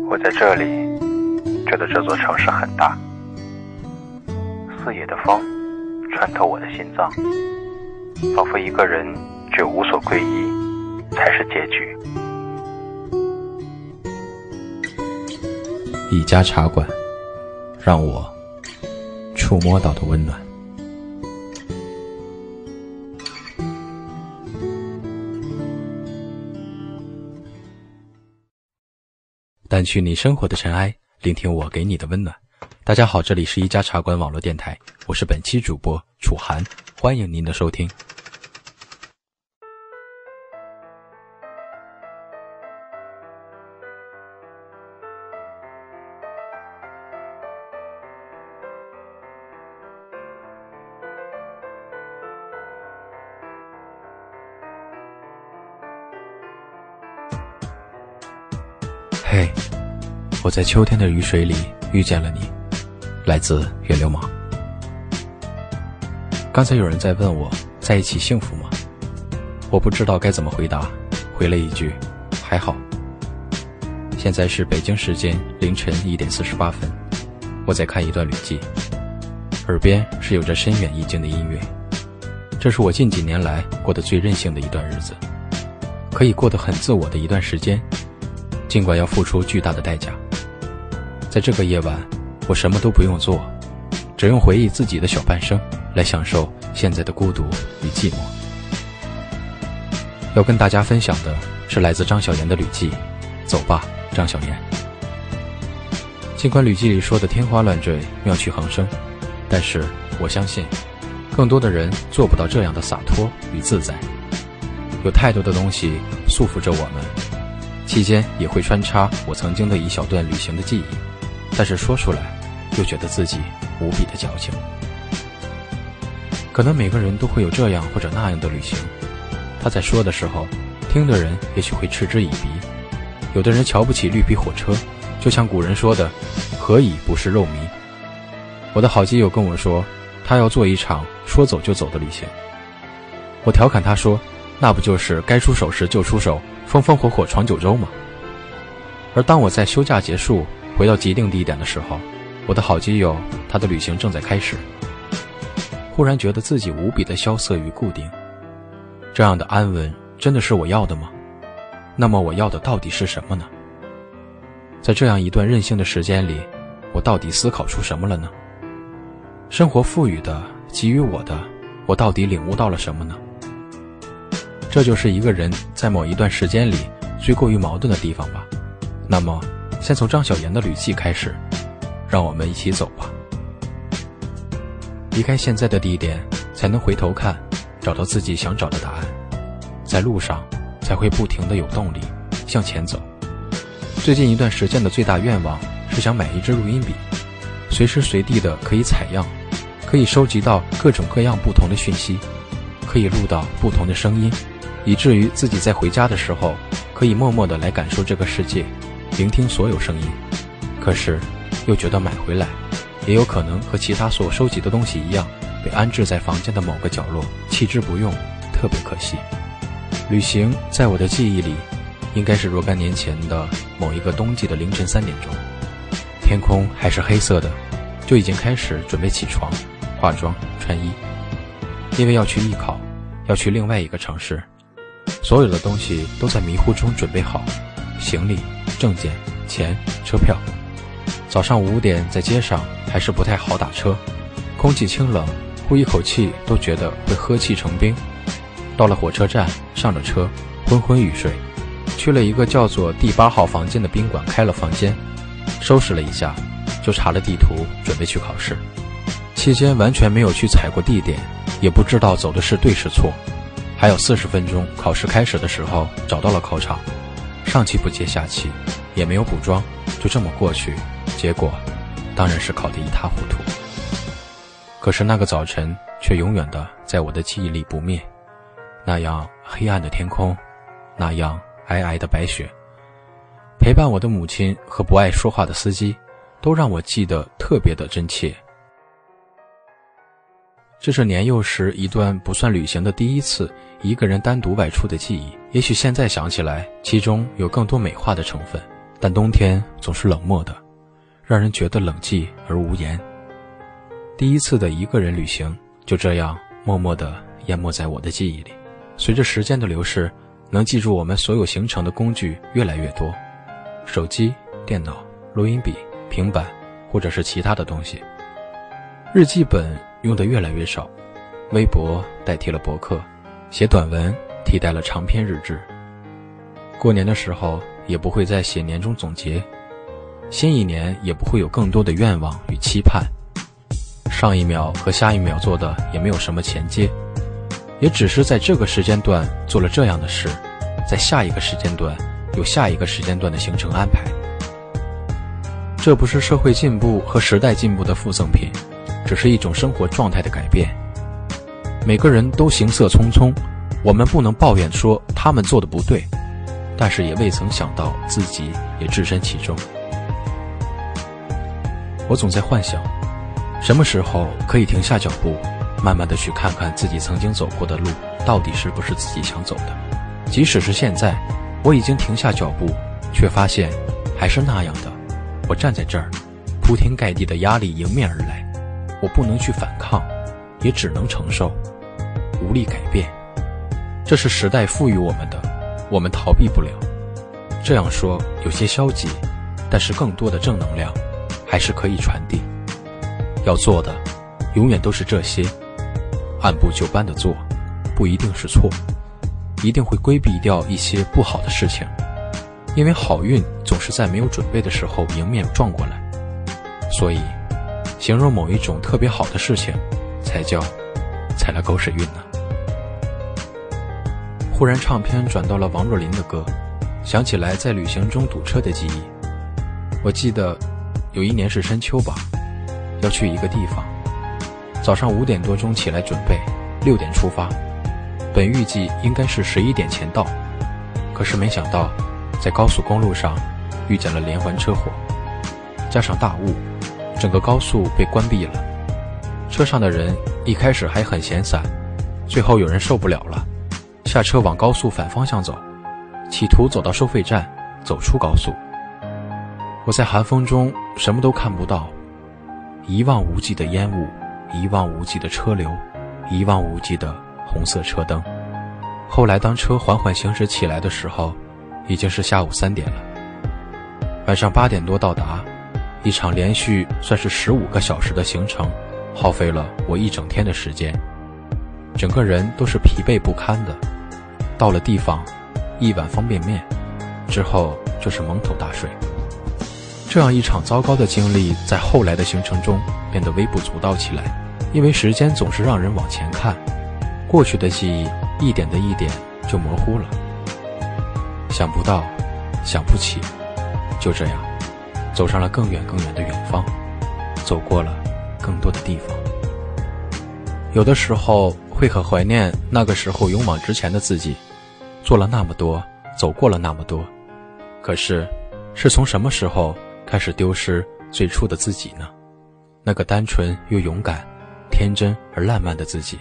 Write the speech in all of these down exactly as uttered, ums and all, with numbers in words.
我在这里觉得这座城市很大，四野的风穿透我的心脏，仿佛一个人只有无所归依才是结局。 一家茶馆，让我触摸到的温暖。掸去你生活的尘埃，聆听我给你的温暖。大家好，这里是一家茶馆网络电台，我是本期主播楚涵，欢迎您的收听。嘿，我在秋天的雨水里遇见了你，来自月流氓。刚才有人在问我在一起幸福吗？我不知道该怎么回答，回了一句还好。现在是北京时间凌晨一点四十八分，我在看一段旅记，耳边是有着深远意境的音乐。这是我近几年来过得最任性的一段日子，可以过得很自我的一段时间，尽管要付出巨大的代价。在这个夜晚，我什么都不用做，只用回忆自己的小半生来享受现在的孤独与寂寞。要跟大家分享的是来自张小妍的旅记，走吧，张小妍。尽管旅记里说的天花乱坠，妙趣横生，但是我相信更多的人做不到这样的洒脱与自在。有太多的东西束缚着我们，期间也会穿插我曾经的一小段旅行的记忆，但是说出来又觉得自己无比的矫情。可能每个人都会有这样或者那样的旅行，他在说的时候，听的人也许会嗤之以鼻。有的人瞧不起绿皮火车，就像古人说的何以不是肉糜。我的好基友跟我说，他要做一场说走就走的旅行。我调侃他说，那不就是该出手时就出手，风风火火闯九州吗？而当我在休假结束回到既定地点的时候，我的好基友他的旅行正在开始。忽然觉得自己无比的萧瑟与固定，这样的安稳真的是我要的吗？那么我要的到底是什么呢？在这样一段任性的时间里，我到底思考出什么了呢？生活赋予的，给予我的，我到底领悟到了什么呢？这就是一个人在某一段时间里最过于矛盾的地方吧。那么先从张小妍的旅记开始，让我们一起走吧。离开现在的地点，才能回头看，找到自己想找的答案。在路上才会不停地有动力向前走。最近一段时间的最大愿望是想买一支录音笔，随时随地的可以采样，可以收集到各种各样不同的讯息，可以录到不同的声音，以至于自己在回家的时候可以默默地来感受这个世界，聆听所有声音。可是又觉得买回来也有可能和其他所收集的东西一样，被安置在房间的某个角落，弃之不用，特别可惜。旅行在我的记忆里应该是若干年前的某一个冬季的凌晨三点钟，天空还是黑色的，就已经开始准备起床、化妆、穿衣，因为要去艺考，要去另外一个城市，所有的东西都在迷糊中准备好，行李、证件、钱、车票。早上五点在街上还是不太好打车，空气清冷，呼一口气都觉得会喝气成冰。到了火车站，上了车，昏昏欲睡，去了一个叫做第八号房间的宾馆，开了房间，收拾了一下，就查了地图，准备去考试。期间完全没有去踩过地点，也不知道走的是对是错。还有四十分钟，考试开始的时候找到了考场，上气不接下气，也没有补妆，就这么过去，结果当然是考得一塌糊涂。可是那个早晨却永远的在我的记忆里不灭，那样黑暗的天空，那样皑皑的白雪，陪伴我的母亲和不爱说话的司机，都让我记得特别的真切。这是年幼时一段不算旅行的第一次一个人单独外出的记忆，也许现在想起来，其中有更多美化的成分， 但冬天总是冷漠的，让人觉得冷寂而无言。第一次的一个人旅行就这样默默地淹没在我的记忆里。随着时间的流逝，能记住我们所有行程的工具越来越多，手机、电脑、录音笔、平板或者是其他的东西。日记本用得越来越少，微博代替了博客，写短文替代了长篇日志。过年的时候也不会再写年终总结，新一年也不会有更多的愿望与期盼。上一秒和下一秒做的也没有什么前接，也只是在这个时间段做了这样的事，在下一个时间段有下一个时间段的行程安排。这不是社会进步和时代进步的附赠品，只是一种生活状态的改变。每个人都行色匆匆，我们不能抱怨说他们做的不对，但是也未曾想到自己也置身其中。我总在幻想，什么时候可以停下脚步，慢慢地去看看自己曾经走过的路到底是不是自己想走的。即使是现在，我已经停下脚步，却发现还是那样的。我站在这儿，铺天盖地的压力迎面而来，我不能去反抗，也只能承受，无力改变。这是时代赋予我们的，我们逃避不了。这样说有些消极，但是更多的正能量还是可以传递。要做的永远都是这些，按部就班的做，不一定是错，一定会规避掉一些不好的事情，因为好运总是在没有准备的时候迎面撞过来。所以形容某一种特别好的事情才叫踩了狗屎运呢。忽然唱片转到了王若琳的歌，想起来在旅行中堵车的记忆。我记得有一年是深秋吧，要去一个地方，早上五点多钟起来准备，六点出发，本预计应该是十一点前到，可是没想到在高速公路上遇见了连环车祸，加上大雾，整个高速被关闭了。车上的人一开始还很闲散，最后有人受不了了，下车往高速反方向走，企图走到收费站，走出高速。我在寒风中什么都看不到，一望无际的烟雾，一望无际的车流，一望无际的红色车灯。后来当车缓缓行驶起来的时候，已经是下午三点了。晚上八点多到达，一场连续算是十五个小时的行程，耗费了我一整天的时间，整个人都是疲惫不堪的。到了地方，一碗方便面，之后就是蒙头大睡。这样一场糟糕的经历在后来的行程中变得微不足道起来，因为时间总是让人往前看，过去的记忆一点的一点就模糊了。想不到，想不起，就这样走上了更远更远的远方，走过了更多的地方。有的时候会很怀念那个时候勇往直前的自己，做了那么多，走过了那么多，可是是从什么时候开始丢失最初的自己呢？那个单纯又勇敢、天真而烂漫的自己。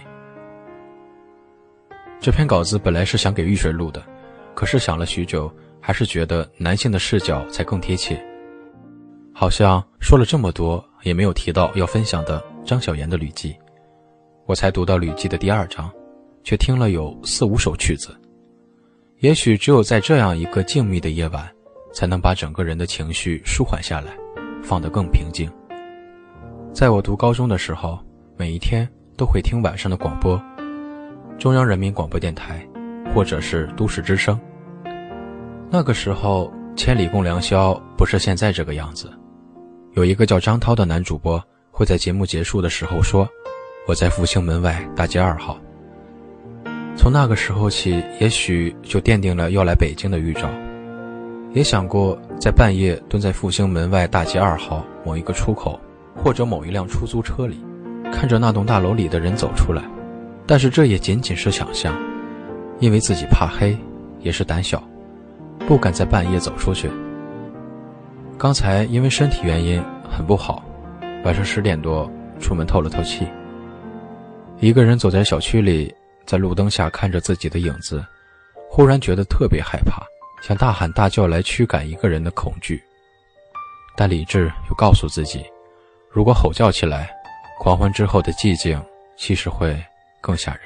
这篇稿子本来是想给玉水录的，可是想了许久，还是觉得男性的视角才更贴切。好像说了这么多，也没有提到要分享的张小岩的旅记。我才读到旅记的第二章，却听了有四五首曲子。也许只有在这样一个静谧的夜晚，才能把整个人的情绪舒缓下来，放得更平静。在我读高中的时候，每一天都会听晚上的广播，中央人民广播电台，或者是都市之声。那个时候千里共良宵不是现在这个样子，有一个叫张涛的男主播会在节目结束的时候说，我在复兴门外大街二号。从那个时候起，也许就奠定了要来北京的预兆。也想过在半夜蹲在复兴门外大街二号某一个出口，或者某一辆出租车里，看着那栋大楼里的人走出来，但是这也仅仅是想象，因为自己怕黑，也是胆小，不敢在半夜走出去。刚才因为身体原因很不好，晚上十点多出门透了透气，一个人走在小区里，在路灯下看着自己的影子，忽然觉得特别害怕， 想大喊大叫来驱赶一个人的恐惧，但理智又告诉自己，如果吼叫起来，狂欢之后的寂静其实会更吓人。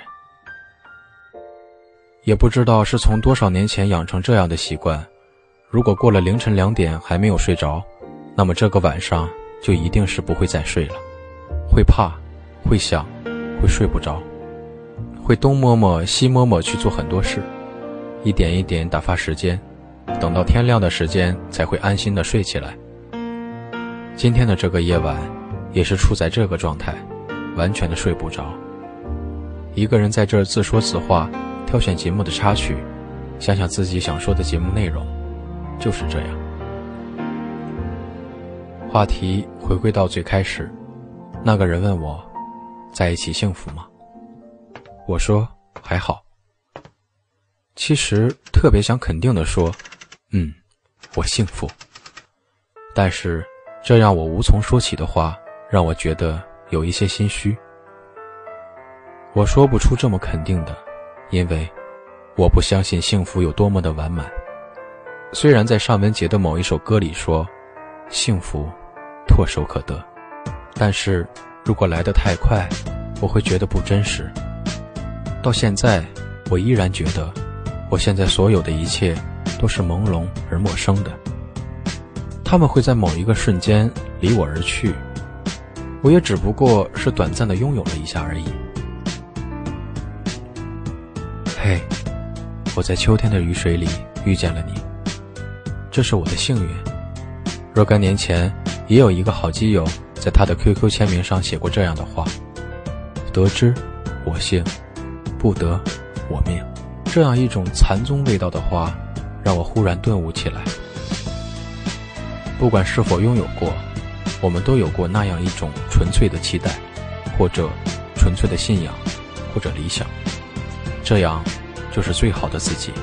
也不知道是从多少年前养成这样的习惯，如果过了凌晨两点还没有睡着，那么这个晚上就一定是不会再睡了。会怕，会想，会睡不着，会东摸摸西摸摸去做很多事，一点一点打发时间，等到天亮的时间才会安心的睡起来。今天的这个夜晚也是处在这个状态，完全的睡不着。一个人在这儿自说自话，挑选节目的插曲，想想自己想说的节目内容，就是这样。话题回归到最开始，那个人问我，在一起幸福吗？我说还好。其实特别想肯定地说，嗯，我幸福。但是这让我无从说起的话，让我觉得有一些心虚。我说不出这么肯定的，因为我不相信幸福有多么的完满。虽然在尚雯婕的某一首歌里说，幸福唾手可得，但是如果来得太快，我会觉得不真实。到现在，我依然觉得，我现在所有的一切都是朦胧而陌生的。他们会在某一个瞬间离我而去，我也只不过是短暂的拥有了一下而已。嘿，我在秋天的雨水里遇见了你，这是我的幸运。若干年前，也有一个好基友在他的 Q Q 签名上写过这样的话：得之我幸，不得我命。这样一种禅宗味道的话，让我忽然顿悟起来。不管是否拥有过，我们都有过那样一种纯粹的期待，或者纯粹的信仰，或者理想，这样就是最好的自己。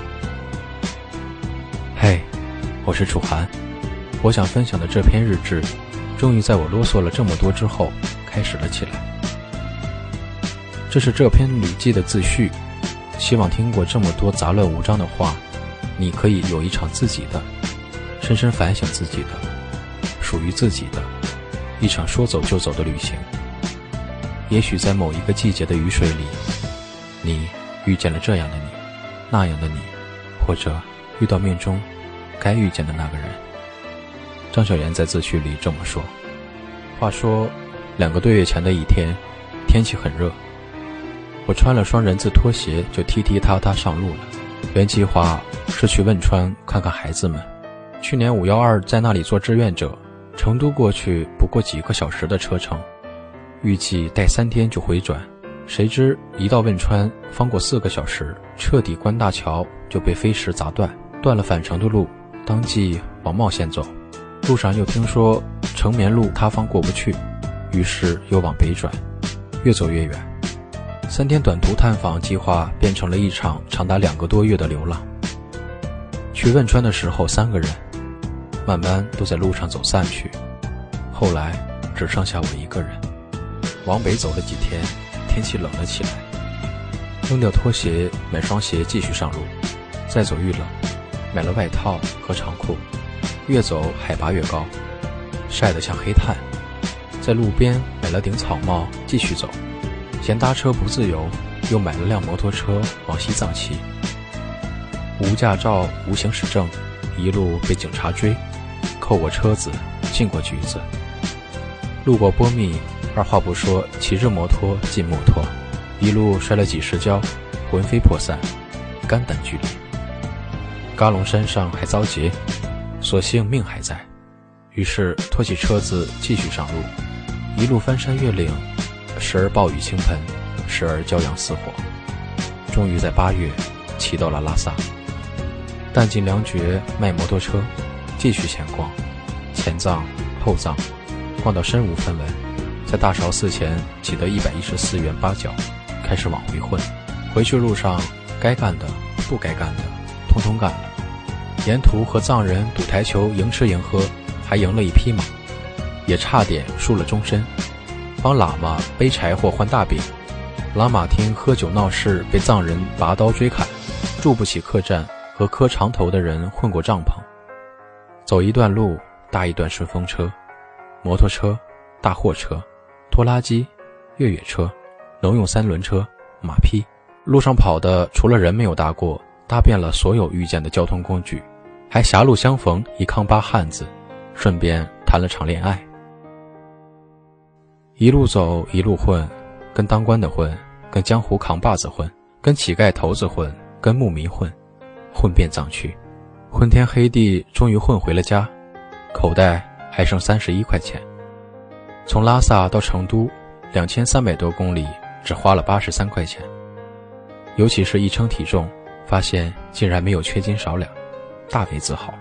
嘿，我是楚涵，我想分享的这篇日志，终于在我啰嗦了这么多之后开始了起来。这是这篇旅记的自序，希望听过这么多杂乱无章的话，你可以有一场自己的深深反省自己的属于自己的一场说走就走的旅行。也许在某一个季节的雨水里，你遇见了这样的你，那样的你，或者遇到命中该遇见的那个人。张小岩在自序里这么说。话说两个多月前的一天，天气很热，我穿了双人字拖鞋就踢踢踏踏上路了。原计划是去汶川看看孩子们，去年五一二在那里做志愿者，成都过去不过几个小时的车程，预计待三天就回转。谁知一到汶川，方过四个小时，彻底关大桥就被飞石砸断，断了返程的路，当即往茂县走。路上又听说成绵路塌方过不去，于是又往北转，越走越远。三天短途探访计划变成了一场长达两个多月的流浪。去汶川的时候三个人，慢慢都在路上走散去，后来只剩下我一个人。往北走了几天，天气冷了起来，扔掉拖鞋，买双鞋继续上路。再走愈冷，买了外套和长裤，越走海拔越高，晒得像黑炭。在路边买了顶草帽继续走，嫌搭车不自由，又买了辆摩托车往西藏骑。无驾照无行驶证，一路被警察追，扣过车子，进过局子。路过波密，二话不说骑着摩托进墨脱，一路摔了几十跤，魂飞魄散，肝胆俱裂。嘎隆山上还遭劫，所幸命还在，于是拖起车子继续上路，一路翻山越岭，时而暴雨倾盆，时而骄阳似火。终于在八月骑到了拉萨，弹尽粮绝，卖摩托车，继续闲逛，前藏后藏，逛到身无分文，在大韶寺前挤得一百一十四元八角，开始往回混。回去路上该干的不该干的通通干了，沿途和藏人赌台球，赢吃赢喝，还赢了一匹马，也差点输了终身。帮喇嘛背柴火换大饼，喇嘛厅喝酒闹事，被藏人拔刀追砍，住不起客栈， 和磕长头的人混过帐篷，走一段路搭一段顺风车，摩托车、大货车、拖拉机、越野车、农用三轮车、马匹，路上跑的除了人没有搭过，搭遍了所有遇见的交通工具，还狭路相逢一康巴汉子，顺便谈了场恋爱。一路走一路混，跟当官的混，跟江湖扛把子混，跟乞丐头子混，跟牧民混，混遍藏区，昏天黑地，终于混回了家，口袋还剩三十一块钱。从拉萨到成都两千三百多公里，只花了八十三块钱。尤其是一称体重，发现竟然没有缺斤少两，大为自豪。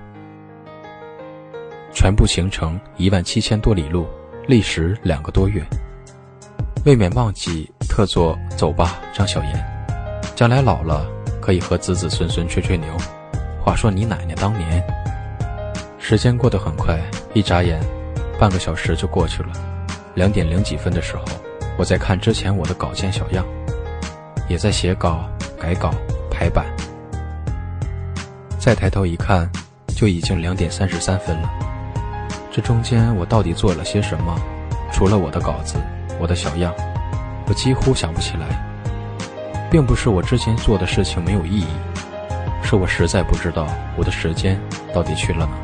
全部行程一万七千多里路，历时两个多月。未免忘记特作走吧张小岩，将来老了可以和子子孙孙吹吹牛，话说你奶奶当年。时间过得很快，一眨眼半个小时就过去了。两点零几分的时候，我在看之前我的稿件小样，也在写稿、改稿、排版。再抬头一看，就已经两点三十三分了。这中间我到底做了些什么？除了我的稿子，我的小样，我几乎想不起来。并不是我之前做的事情没有意义，是我实在不知道我的时间到底去了哪。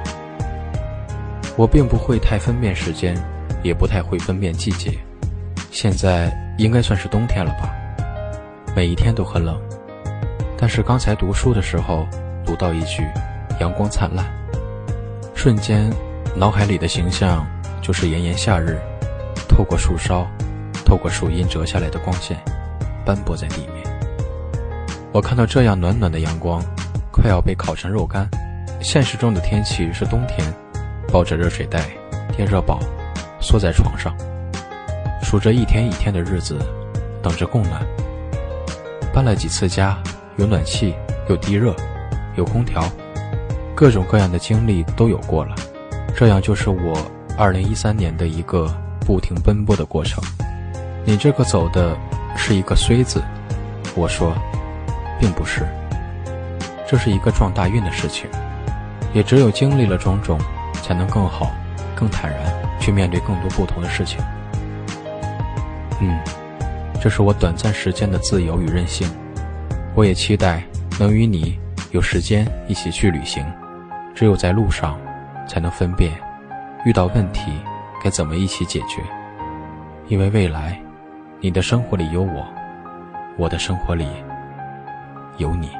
我并不会太分辨时间，也不太会分辨季节。现在应该算是冬天了吧，每一天都很冷。但是刚才读书的时候读到一句阳光灿烂，瞬间脑海里的形象就是炎炎夏日，透过树梢，透过树荫折下来的光线斑驳在地面。我看到这样暖暖的阳光快要被烤成肉干。现实中的天气是冬天，抱着热水袋、电热宝，缩在床上，数着一天一天的日子，等着供暖。搬了几次家，有暖气，有地热，有空调，各种各样的经历都有过了。这样就是我二零一三年的一个不停奔波的过程。你这个走的是一个衰字，我说并不是，这是一个撞大运的事情。也只有经历了种种，才能更好更坦然去面对更多不同的事情。嗯，这是我短暂时间的自由与任性。我也期待能与你有时间一起去旅行，只有在路上才能分辨遇到问题该怎么一起解决。因为未来你的生活里有我，我的生活里有你。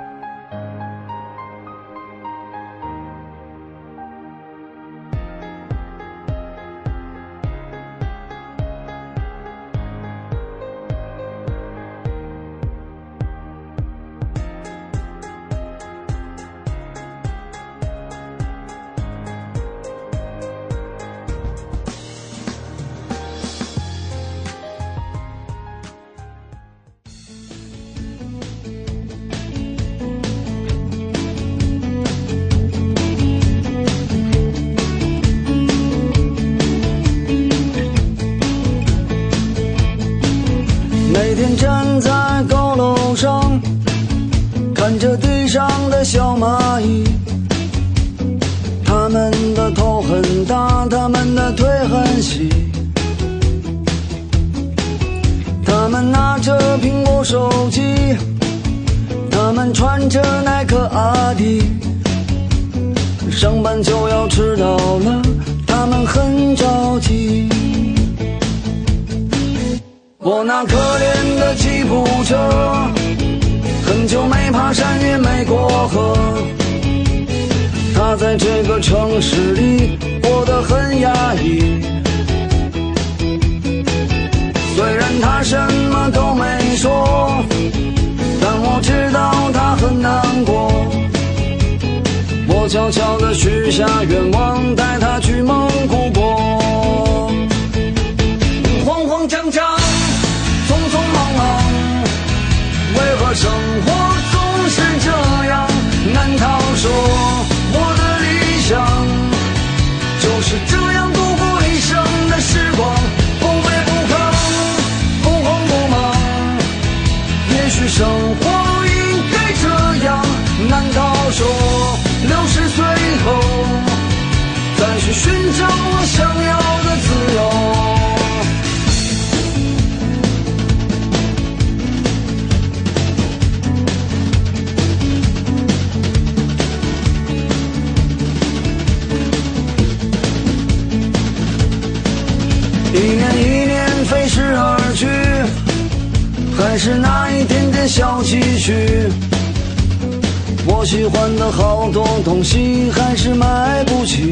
每天站在高楼上，看着地上的小蚂蚁，它们的头很大，它们的腿很细，它们拿着苹果手机，它们穿着耐克阿迪，上班就要迟到了，它们很着急。我那可怜的吉普车，很久没爬山也没过河，它在这个城市里过得很压抑。虽然它什么都没说，但我知道它很难过。我悄悄地许下愿望，带它去蒙古国。慌慌张张，匆匆忙忙，为何生活总是这样难逃？说我的理想就是这样度过一生的时光，不卑不亢，不慌不忙。也许生活应该这样，难道是那一点点小积蓄，我喜欢的好多东西还是买不起。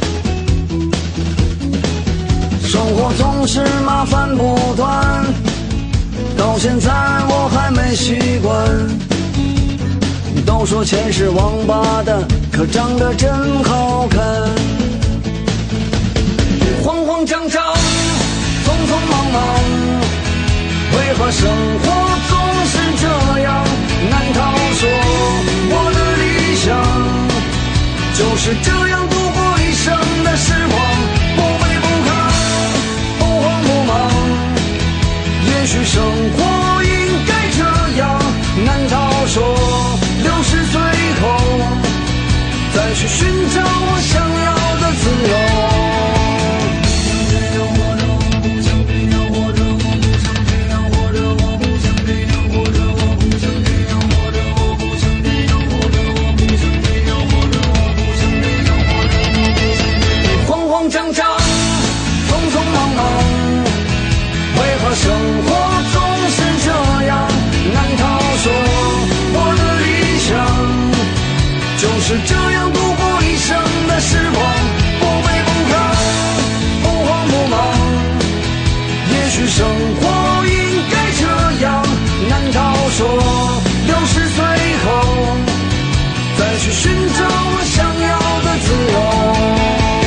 生活总是麻烦不断，到现在我还没习惯。都说钱是王八蛋，可长得真好看。慌慌张张，匆匆忙忙，为何生活总是这样？难道说我的理想就是这样度过一生的时光？不卑不亢，不慌不忙，也许生活应该这样。难道说六十岁后再去寻找我想要的自由？张张，匆匆忙忙，为何生活总是这样？难道说我的理想就是这样度过一生的时光？不卑不亢，不慌不忙，也许生活应该这样。难道说六十岁后再去寻找我想要的自由？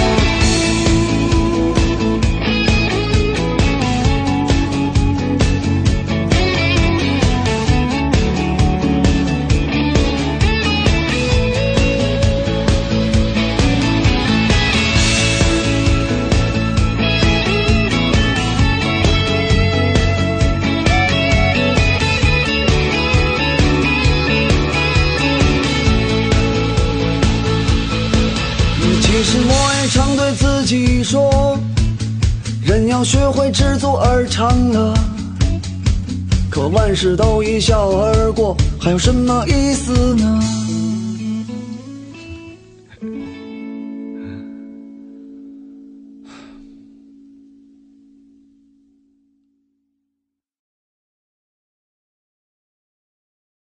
其实我也常对自己说，人要学会知足而常乐，可万事都一笑而过，还有什么意思呢？